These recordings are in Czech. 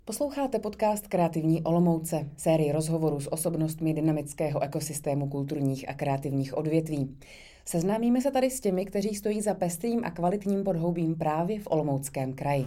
Posloucháte podcast Kreativní Olomouce, sérii rozhovorů s osobnostmi dynamického ekosystému kulturních a kreativních odvětví. Seznámíme se tady s těmi, kteří stojí za pestrým a kvalitním podhoubím právě v Olomouckém kraji.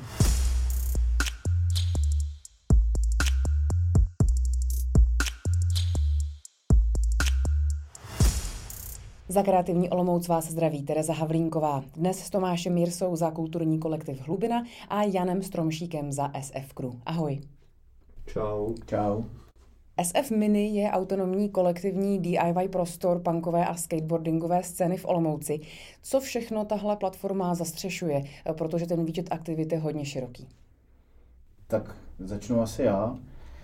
Za Kreativní Olomouc vás zdraví Tereza Havlínková. Dnes s Tomášem Jirsou za kulturní kolektiv Hlubina a Janem Stromšíkem za SF Crew. Ahoj. Čau. Čau. SF Mini je autonomní kolektivní DIY prostor punkové a skateboardingové scény v Olomouci. Co všechno tahle platforma zastřešuje, protože ten výčet aktivit je hodně široký? Tak začnu asi já.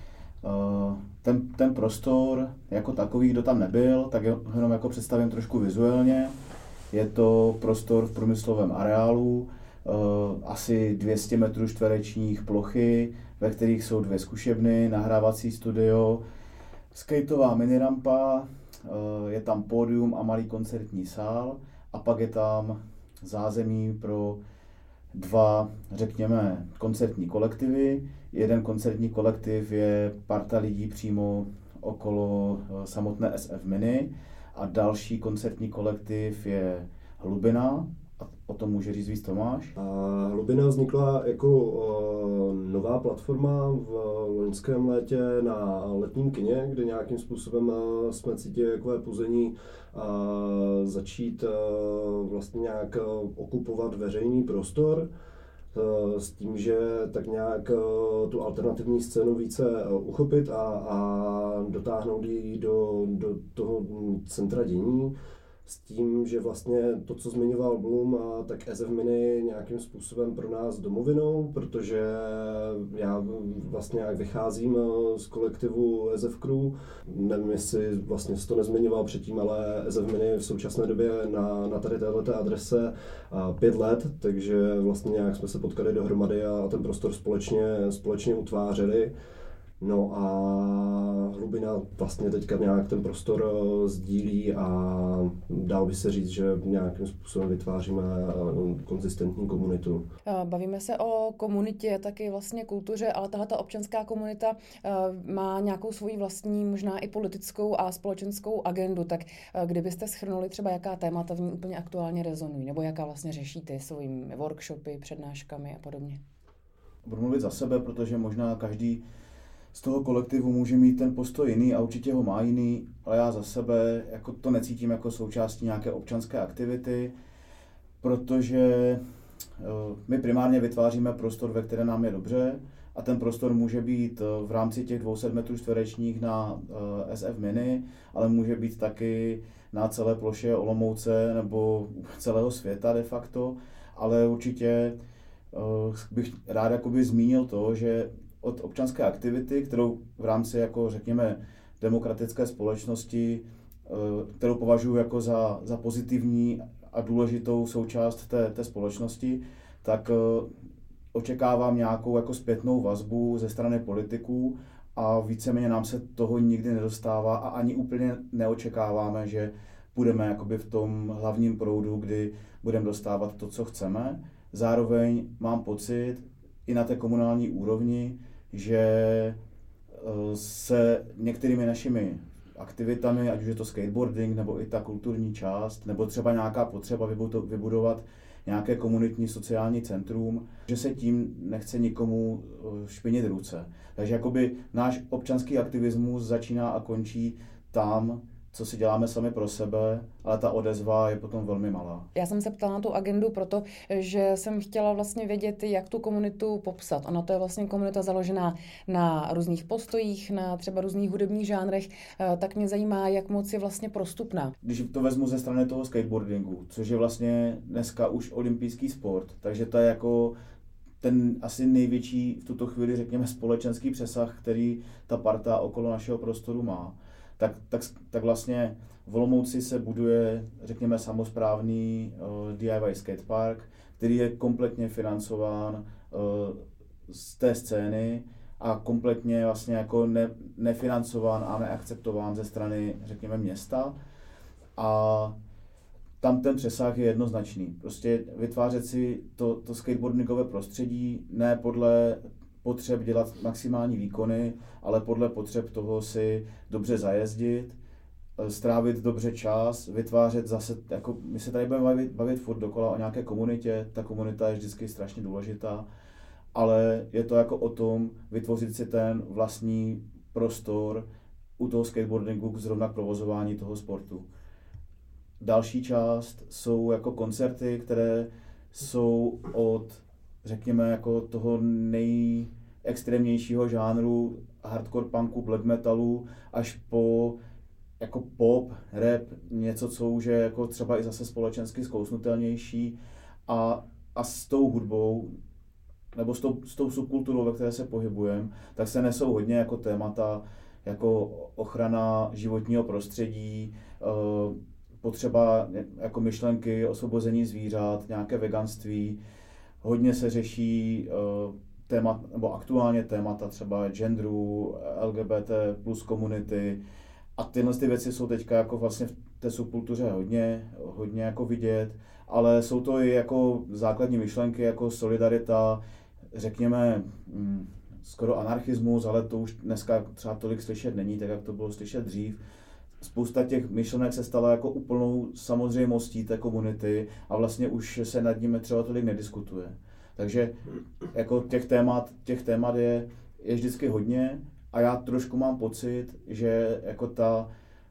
Ten prostor jako takový, kdo tam nebyl, tak jenom jako představím trošku vizuálně. Je to prostor v průmyslovém areálu, asi 200 metrů čtverečních plochy, ve kterých jsou 2 zkušebny, nahrávací studio, skateová minirampa, je tam pódium a malý koncertní sál a pak je tam zázemí pro 2, řekněme, koncertní kolektivy. Jeden koncertní kolektiv je parta lidí přímo okolo samotné SF Mini a další koncertní kolektiv je Hlubina. A o tom může říct víc Tomáš. Hlubina vznikla jako nová platforma v loňském létě na letním kině, kde nějakým způsobem jsme cítili takové puzení začít vlastně nějak okupovat veřejný prostor s tím, že tak nějak tu alternativní scénu více uchopit a dotáhnout ji do toho centra dění. S tím, že vlastně to, co zmiňoval Blum, tak SF Mini nějakým způsobem pro nás domovinou, protože já vlastně jak vycházím z kolektivu SF Crew. Nevím, jestli vlastně jsi to nezmiňoval předtím, ale SF Mini v současné době na tady této adrese 5 let, takže vlastně nějak jsme se potkali dohromady a ten prostor společně utvářeli. No a Hlubina vlastně teďka nějak ten prostor sdílí a dál by se říct, že nějakým způsobem vytváříme konzistentní komunitu. Bavíme se o komunitě, taky vlastně kultuře, ale tahleta občanská komunita má nějakou svoji vlastní, možná i politickou a společenskou agendu. Tak kdybyste shrnuli třeba, jaká témata v ní úplně aktuálně rezonují, nebo jaká vlastně řešíte svými workshopy, přednáškami a podobně? Budu mluvit za sebe, protože možná každý z toho kolektivu může mít ten postoj jiný a určitě ho má jiný, ale já za sebe jako to necítím jako součástí nějaké občanské aktivity, protože my primárně vytváříme prostor, ve kterém nám je dobře a ten prostor může být v rámci těch 200 metrů čtverečních na SF Mini, ale může být taky na celé ploše Olomouce nebo celého světa de facto, ale určitě bych rád jakoby zmínil to, že od občanské aktivity, kterou v rámci, jako řekněme, demokratické společnosti, kterou považuji jako za pozitivní a důležitou součást té společnosti, tak očekávám nějakou jako zpětnou vazbu ze strany politiků a víceméně nám se toho nikdy nedostává a ani úplně neočekáváme, že budeme jakoby v tom hlavním proudu, kdy budeme dostávat to, co chceme. Zároveň mám pocit i na té komunální úrovni, že se některými našimi aktivitami, ať už je to skateboarding, nebo i ta kulturní část, nebo třeba nějaká potřeba vybudovat nějaké komunitní sociální centrum, že se tím nechce nikomu špinit ruce. Takže jakoby náš občanský aktivismus začíná a končí tam, co si děláme sami pro sebe, ale ta odezva je potom velmi malá. Já jsem se ptala na tu agendu proto, že jsem chtěla vlastně vědět, jak tu komunitu popsat. Ona to je vlastně komunita založená na různých postojích, na třeba různých hudebních žánrech, tak mě zajímá, jak moc je vlastně prostupná. Když to vezmu ze strany toho skateboardingu, což je vlastně dneska už olympijský sport, takže to je jako ten asi největší v tuto chvíli, řekněme, společenský přesah, který ta parta okolo našeho prostoru má. Tak vlastně v Olomouci se buduje, řekněme, samosprávný DIY skatepark, který je kompletně financován z té scény a kompletně vlastně jako nefinancován a neakceptován ze strany, řekněme, města. A tam ten přesah je jednoznačný. Prostě vytvářet si to skateboardingové prostředí ne podle potřeb dělat maximální výkony, ale podle potřeb toho si dobře zajezdit, strávit dobře čas, vytvářet zase, jako my se tady budeme bavit furt dokola o nějaké komunitě, ta komunita je vždycky strašně důležitá, ale je to jako o tom vytvořit si ten vlastní prostor u toho skateboardingu zrovna k provozování toho sportu. Další část jsou jako koncerty, které jsou od, řekněme, jako toho nejextrémnějšího žánru hardcore punku, black metalu, až po jako pop, rap, něco, co už je jako třeba i zase společensky zkousnutelnější a s tou hudbou, nebo s tou subkulturou, ve které se pohybujeme, tak se nesou hodně jako témata, jako ochrana životního prostředí, potřeba jako myšlenky, osvobození zvířat, nějaké veganství. Hodně se řeší témat, nebo aktuálně témata třeba genderu, LGBT plus komunity. A tyhle ty věci jsou teďka jako vlastně v té subkultuře hodně jako vidět, ale jsou to i jako základní myšlenky, jako solidarita, řekněme skoro anarchismus, ale to už dneska třeba tolik slyšet není, tak jak to bylo slyšet dřív. Spousta těch myšlenek se stala jako úplnou samozřejmostí té komunity a vlastně už se nad nimi třeba tolik nediskutuje. Takže jako těch témat je vždycky hodně a já trošku mám pocit, že jako ta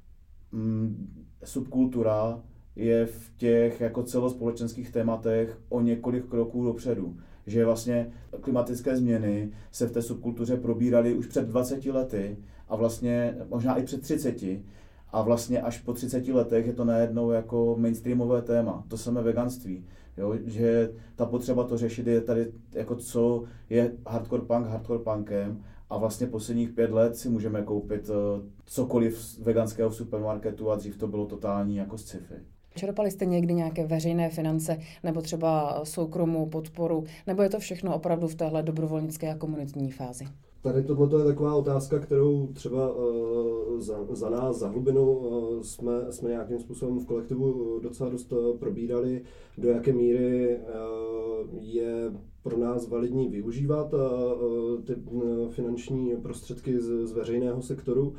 subkultura je v těch jako celospolečenských tématech o několik kroků dopředu. Že vlastně klimatické změny se v té subkultuře probíraly už před 20 lety a vlastně možná i před 30. A vlastně až po 30 letech je to najednou jako mainstreamové téma. To samé veganství. Jo? Že ta potřeba to řešit je tady, jako co je hardcore punkem a vlastně posledních 5 let si můžeme koupit cokoliv z veganského v supermarketu a dřív to bylo totální jako sci-fi. Čerpali jste někdy nějaké veřejné finance nebo třeba soukromou podporu, nebo je to všechno opravdu v téhle dobrovolnické a komunitní fázi? Tady tohle je taková otázka, kterou třeba za nás, za Hlubinu, jsme nějakým způsobem v kolektivu docela dost probírali, do jaké míry je pro nás validní využívat ty finanční prostředky z veřejného sektoru.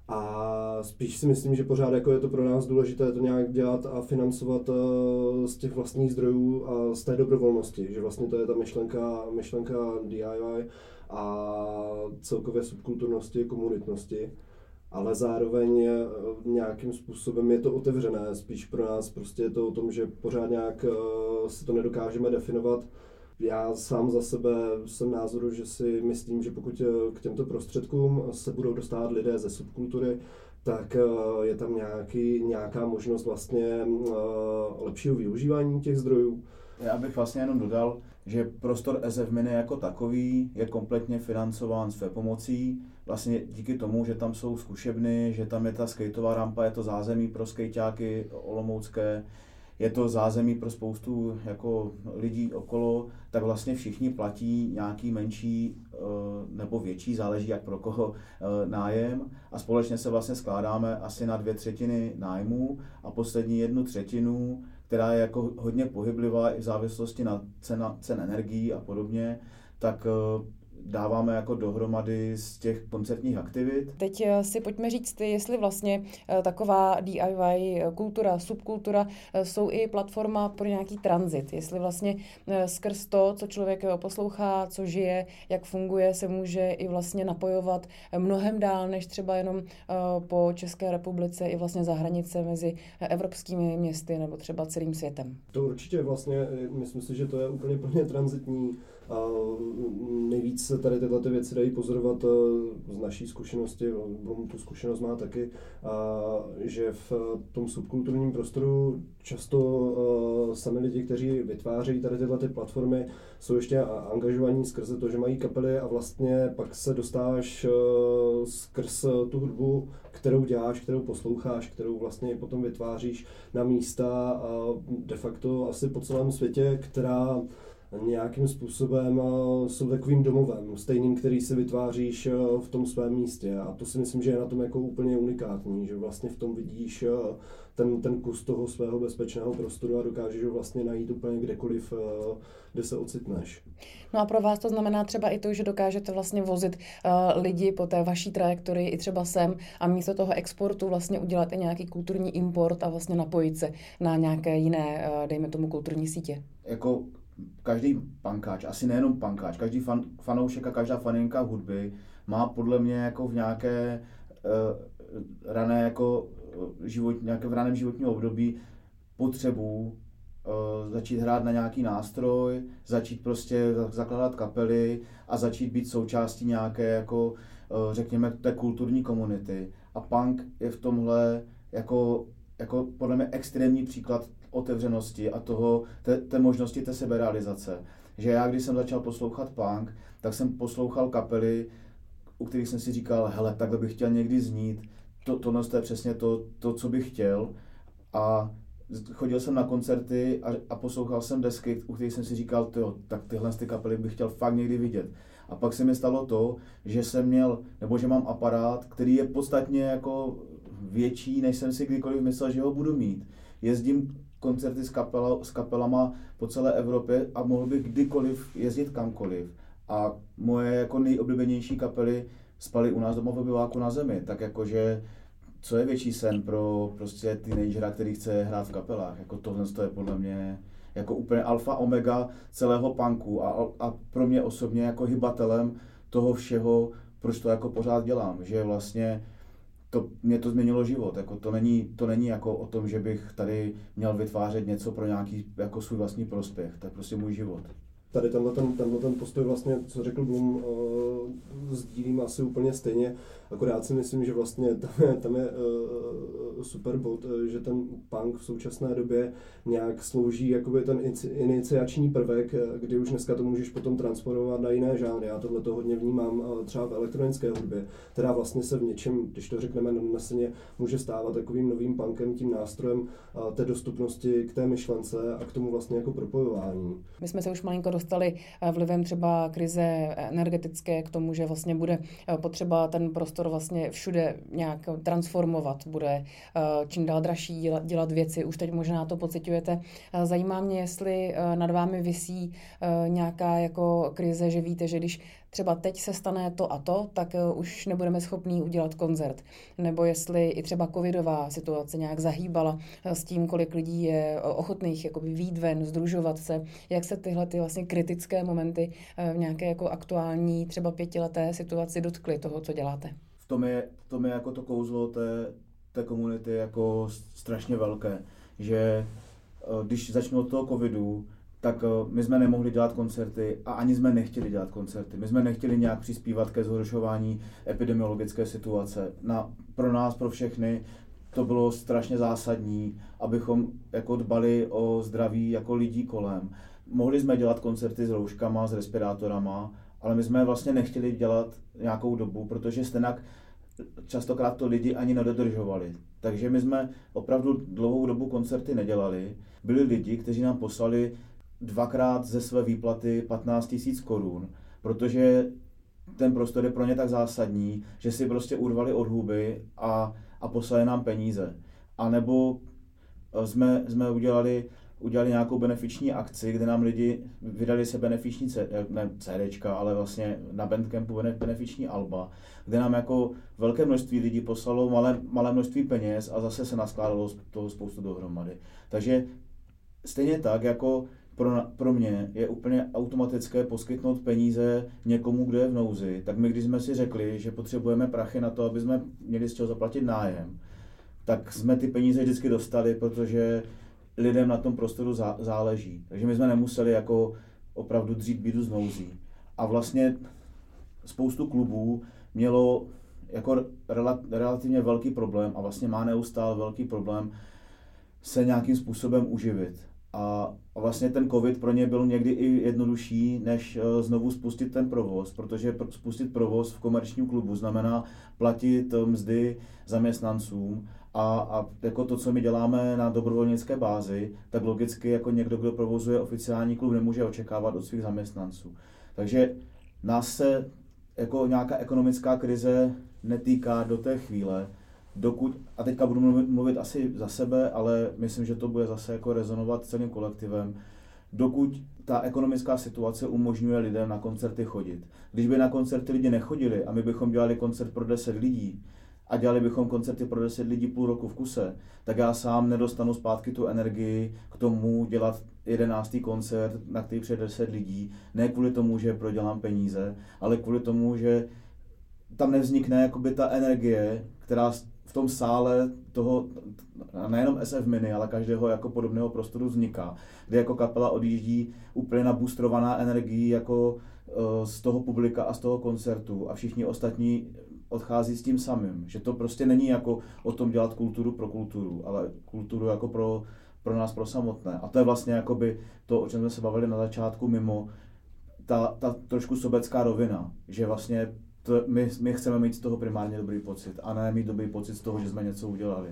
A spíš si myslím, že pořád jako je to pro nás důležité to nějak dělat a financovat z těch vlastních zdrojů a z té dobrovolnosti, že vlastně to je ta myšlenka DIY a celkově subkulturnosti, komunitnosti, ale zároveň nějakým způsobem je to otevřené, spíš pro nás prostě je to o tom, že pořád nějak si to nedokážeme definovat. Já sám za sebe jsem názoru, že si myslím, že pokud k těmto prostředkům se budou dostávat lidé ze subkultury, tak je tam nějaká možnost vlastně lepšího využívání těch zdrojů. Já bych vlastně jenom dodal, že prostor SF Mini jako takový je kompletně financován své pomocí. Vlastně díky tomu, že tam jsou zkušebny, že tam je ta skateová rampa, je to zázemí pro skejťáky olomoucké, je to zázemí pro spoustu jako lidí okolo, tak vlastně všichni platí nějaký menší nebo větší, záleží jak pro koho, nájem a společně se vlastně skládáme asi na 2/3 nájmu a poslední 1/3, která je jako hodně pohyblivá i v závislosti na cen energií a podobně, tak dáváme jako dohromady z těch koncertních aktivit. Teď si pojďme říct, jestli vlastně taková DIY kultura, subkultura jsou i platforma pro nějaký tranzit. Jestli vlastně skrz to, co člověk poslouchá, co žije, jak funguje, se může i vlastně napojovat mnohem dál, než třeba jenom po České republice i vlastně za hranice mezi evropskými městy nebo třeba celým světem. To určitě vlastně, myslím si, že to je úplně plně tranzitní. A nejvíc se tady tyhle věci dají pozorovat z naší zkušenosti, Blum tu zkušenost má taky, že v tom subkulturním prostoru často sami lidi, kteří vytvářejí tady tyhle platformy, jsou ještě angažovaní skrze to, že mají kapely a vlastně pak se dostáváš skrz tu hudbu, kterou děláš, kterou posloucháš, kterou vlastně potom vytváříš na místa a de facto asi po celém světě, která nějakým způsobem jsou takovým domovem, stejným, který si vytváříš v tom svém místě. A to si myslím, že je na tom jako úplně unikátní, že vlastně v tom vidíš ten kus toho svého bezpečného prostoru a dokážeš ho vlastně najít úplně kdekoliv, kde se ocitneš. No a pro vás to znamená třeba i to, že dokážete vlastně vozit lidi po té vaší trajektorii i třeba sem a místo toho exportu vlastně udělat i nějaký kulturní import a vlastně napojit se na nějaké jiné, dejme tomu, kulturní sítě. Jako každý pankáč, asi nejenom pankáč, každý fanoušek a každá faninka hudby má podle mě jako v nějaké rané jako nějaké v raném životním období potřebu začít hrát na nějaký nástroj, začít prostě zakládat kapely a začít být součástí nějaké jako řekněme té kulturní komunity. A punk je v tomhle jako podle mě extrémní příklad otevřenosti a té možnosti té seberealizace. Že já, když jsem začal poslouchat punk, tak jsem poslouchal kapely, u kterých jsem si říkal, hele, takhle bych chtěl někdy znít, tohle je přesně to, co bych chtěl. A chodil jsem na koncerty a poslouchal jsem desky, u kterých jsem si říkal, tak tyhle kapely bych chtěl fakt někdy vidět. A pak se mi stalo to, že že mám aparát, který je podstatně jako větší, než jsem si kdykoliv myslel, že ho budu mít. Jezdím koncerty s kapelama po celé Evropě a mohl bych kdykoliv jezdit kamkoliv. A moje jako nejoblíbenější kapely spaly u nás doma v obyváku na zemi. Tak jakože, co je větší sen pro prostě teenagera, který chce hrát v kapelách? Jako tohle je podle mě jako úplně alfa omega celého punku a pro mě osobně jako hybatelem toho všeho, proč to jako pořád dělám. Že vlastně mě to změnilo život. Jako to není jako o tom, že bych tady měl vytvářet něco pro nějaký jako svůj vlastní prospěch. To je prostě můj život. Tady tenhle postoj vlastně, co řekl Blum, sdílím asi úplně stejně, akorát si myslím, že vlastně tam je super bod, že ten punk v současné době nějak slouží jakoby ten iniciační prvek, kdy už dneska to můžeš potom transformovat na jiné žánry. Já tohle hodně vnímám třeba v elektronické hudbě, která vlastně se v něčem, když to řekneme nadneseně, může stávat takovým novým punkem, tím nástrojem té dostupnosti k té myšlence a k tomu vlastně jako propojování. My jsme se už malinko dostali vlivem třeba krize energetické k tomu, že vlastně bude potřeba ten prostor vlastně všude nějak transformovat, bude čím dál dražší dělat věci, už teď možná to pociťujete. Zajímá mě, jestli nad vámi visí nějaká jako krize, že víte, že když třeba teď se stane to a to, tak už nebudeme schopní udělat koncert. Nebo jestli i třeba covidová situace nějak zahýbala s tím, kolik lidí je ochotných jakoby vyjít ven, sdružovat se, jak se tyhle ty vlastně kritické momenty v nějaké jako aktuální třeba 5leté situaci dotkly toho, co děláte. V tom je jako to kouzlo té komunity jako strašně velké, že když začnu od toho covidu, tak my jsme nemohli dělat koncerty a ani jsme nechtěli dělat koncerty. My jsme nechtěli nějak přispívat ke zhoršování epidemiologické situace. Pro nás, pro všechny, to bylo strašně zásadní, abychom jako dbali o zdraví jako lidí kolem. Mohli jsme dělat koncerty s rouškama, s respirátorama, ale my jsme vlastně nechtěli dělat nějakou dobu, protože stejně častokrát to lidi ani nedodržovali. Takže my jsme opravdu dlouhou dobu koncerty nedělali. Byli lidi, kteří nám poslali 2krát ze své výplaty 15 000 korun, protože ten prostor je pro ně tak zásadní, že si prostě urvali od huby a poslali nám peníze. A nebo jsme udělali nějakou benefiční akci, kde nám lidi vydali se benefiční CDčka, ale vlastně na Bandcampu benefiční alba, kde nám jako velké množství lidí poslalo malé množství peněz a zase se naskládalo toho spoustu dohromady. Takže stejně tak, jako pro mě je úplně automatické poskytnout peníze někomu, kdo je v nouzi, tak my, když jsme si řekli, že potřebujeme prachy na to, aby jsme měli z čeho zaplatit nájem, tak jsme ty peníze vždycky dostali, protože lidem na tom prostoru záleží. Takže my jsme nemuseli jako opravdu dřít bídu z nouzí. A vlastně spoustu klubů mělo jako relativně velký problém a vlastně má neustále velký problém se nějakým způsobem uživit. A vlastně ten covid pro ně byl někdy i jednodušší, než znovu spustit ten provoz, protože spustit provoz v komerčním klubu znamená platit mzdy zaměstnancům A jako to, co my děláme na dobrovolnické bázi, tak logicky jako někdo, kdo provozuje oficiální klub, nemůže očekávat od svých zaměstnanců. Takže nás se jako nějaká ekonomická krize netýká do té chvíle, dokud, a teďka budu mluvit asi za sebe, ale myslím, že to bude zase jako rezonovat celým kolektivem, dokud ta ekonomická situace umožňuje lidem na koncerty chodit. Když by na koncerty lidi nechodili a my bychom dělali koncert pro 10 lidí a dělali bychom koncerty pro 10 lidí půl roku v kuse, tak já sám nedostanu zpátky tu energii k tomu dělat 11. koncert, na který přijde 10 lidí, ne kvůli tomu, že prodělám peníze, ale kvůli tomu, že tam nevznikne jakoby ta energie, která v tom sále toho, nejenom SF Mini, ale každého jako podobného prostoru vzniká, kde jako kapela odjíždí úplně naboostrovaná energií jako z toho publika a z toho koncertu a všichni ostatní odchází s tím samým, že to prostě není jako o tom dělat kulturu pro kulturu, ale kulturu jako pro nás, pro samotné. A to je vlastně jakoby to, o čem jsme se bavili na začátku mimo, ta trošku sobecká rovina, že vlastně my chceme mít z toho primárně dobrý pocit a ne mít dobrý pocit z toho, že jsme něco udělali.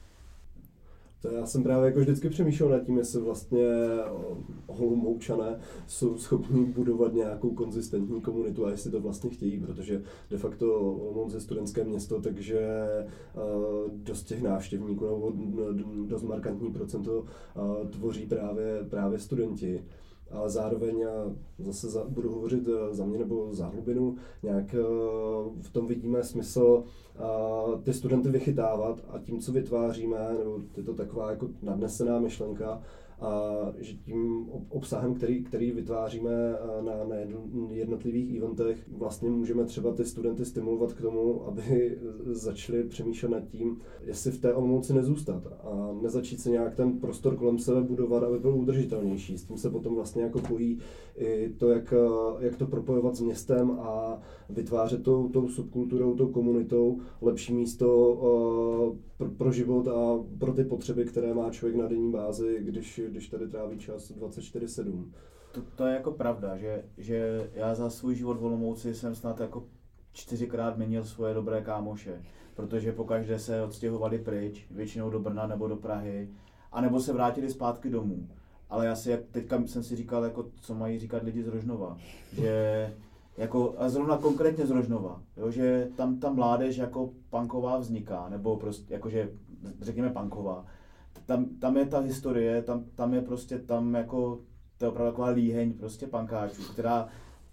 To já jsem právě jako vždycky přemýšlel nad tím, jestli vlastně Olomoučané jsou schopni budovat nějakou konzistentní komunitu a jestli to vlastně chtějí, protože de facto Olomouc je studentské město, takže dost těch návštěvníků nebo dost markantní procento tvoří právě studenti. Ale zároveň zase budu hovořit za mě nebo za Hlubinu, nějak v tom vidíme smysl ty studenty vychytávat a tím, co vytváříme, nebo je to taková jako nadnesená myšlenka, a že tím obsahem, který vytváříme na jednotlivých eventech, vlastně můžeme třeba ty studenty stimulovat k tomu, aby začali přemýšlet nad tím, jestli v té Olomouci nezůstat a nezačít se nějak ten prostor kolem sebe budovat, aby byl udržitelnější. S tím se potom vlastně jako pojí i to, jak to propojovat s městem a vytvářet tou subkulturou, tou komunitou lepší místo pro život a pro ty potřeby, které má člověk na denní bázi, když tady tráví čas 24/7. To je jako pravda, že já za svůj život v Olomouci jsem snad jako 4krát měnil svoje dobré kámoše, protože pokaždé se odstěhovali pryč, většinou do Brna nebo do Prahy, anebo se vrátili zpátky domů. Ale teďka jsem si říkal, jako, co mají říkat lidi z Rožnova, že jako, a zrovna konkrétně z Rožnova, jo, že tam ta mládež jako punková vzniká, nebo prostě jakože řekněme punková. Tam je ta historie, tam je prostě jako, to je opravdu taková líheň prostě punkáčů, která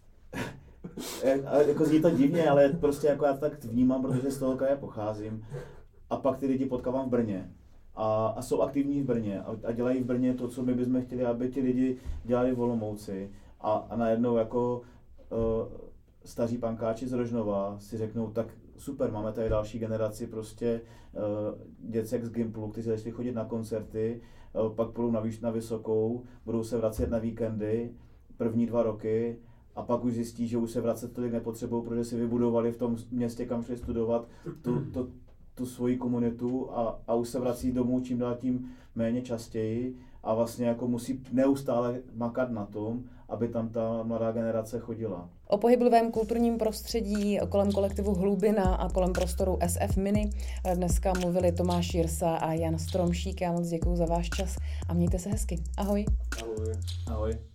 jako zní to divně, ale prostě jako já to tak vnímám, protože z toho kraje pocházím. A pak ty lidi potkávám v Brně. A jsou aktivní v Brně a dělají v Brně to, co my bychom chtěli, aby ti lidi dělali v Olomouci. A najednou jako staří pankáči z Rožnova si řeknou, tak super, máme tady další generaci prostě děcek z Gimplu, kteří začali chodit na koncerty, pak půjdou na vysokou, budou se vracet na víkendy, první 2 roky a pak už zjistí, že už se vracet tolik nepotřebují, protože si vybudovali v tom městě, kam šli studovat, tu svoji komunitu a už se vrací domů čím dál tím méně častěji a vlastně jako musí neustále makat na tom, aby tam ta mladá generace chodila. O pohyblivém kulturním prostředí kolem kolektivu Hlubina a kolem prostoru SF Mini dneska mluvili Tomáš Jirsa a Jan Stromšík. Já moc děkuju za váš čas a mějte se hezky. Ahoj. Ahoj. Ahoj.